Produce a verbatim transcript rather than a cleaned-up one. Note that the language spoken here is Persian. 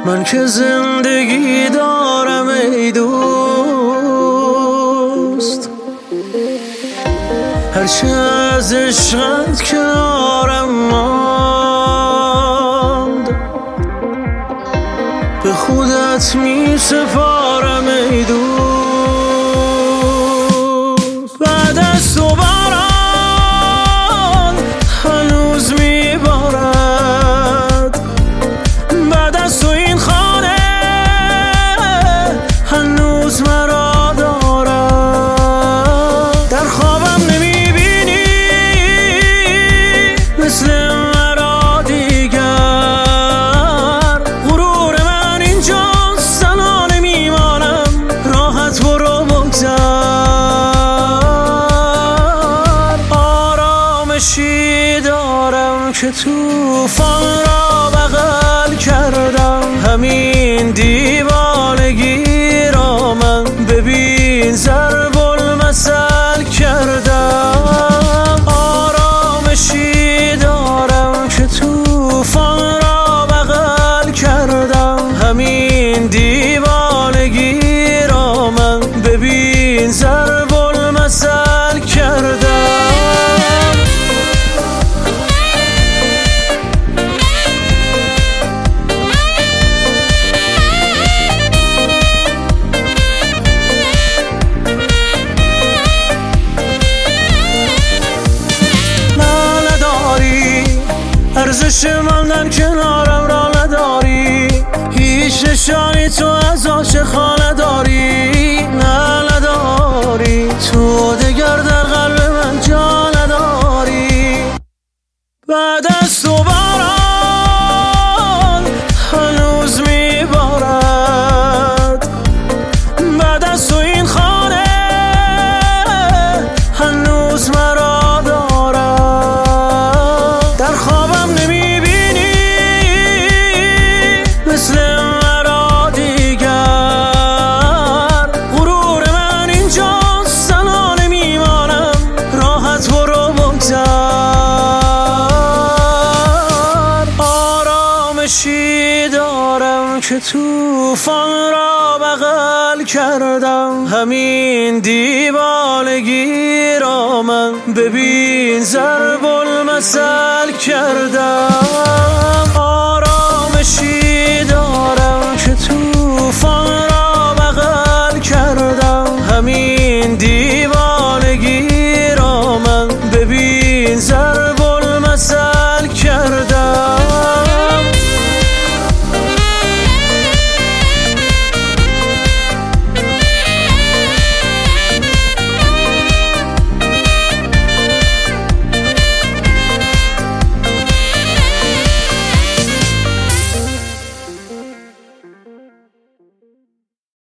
من که زندگی دارم ای دوست، هرچه از عشقت کنارم ماند به خودت می سپارم ای دوست. بعد از تو باران هنوز می بارد، بعد از تو این خانه هنوز مرا دارد. در خوابم نمی بینی مثل مرا دیگر، غرور من اینجاست تنها نمیمانم، راحت برو بگذر. آرامشی دارم که طوفان را بغل کردم، همین دیوانگی را من ببین ضرب المثل کردم. آرامشی دارم که طوفان را بغل کردم، همین دیوانگی را من ببین ضرب المثل کردم. ارزش ماندن کنارم را نداری، هیچ نشانی تو از عاشقان نداری، نه نداری، تو دگر در قلب من جا نداری. بعد از تو باران هنوز می بارد، بعد از تو این خانه هنوز مرا دارد. در خوابم نمی بینی مثل مرا دیگر، غرور من اینجاست تنها نمیمانم، راحت برو بگذر. آرامشی دارم که طوفان را بغل کردم، همین دیوانگی را من ببین ضرب المثل کردم. آرامشی دارم که طوفان را بغل کردم، همین دیوانگی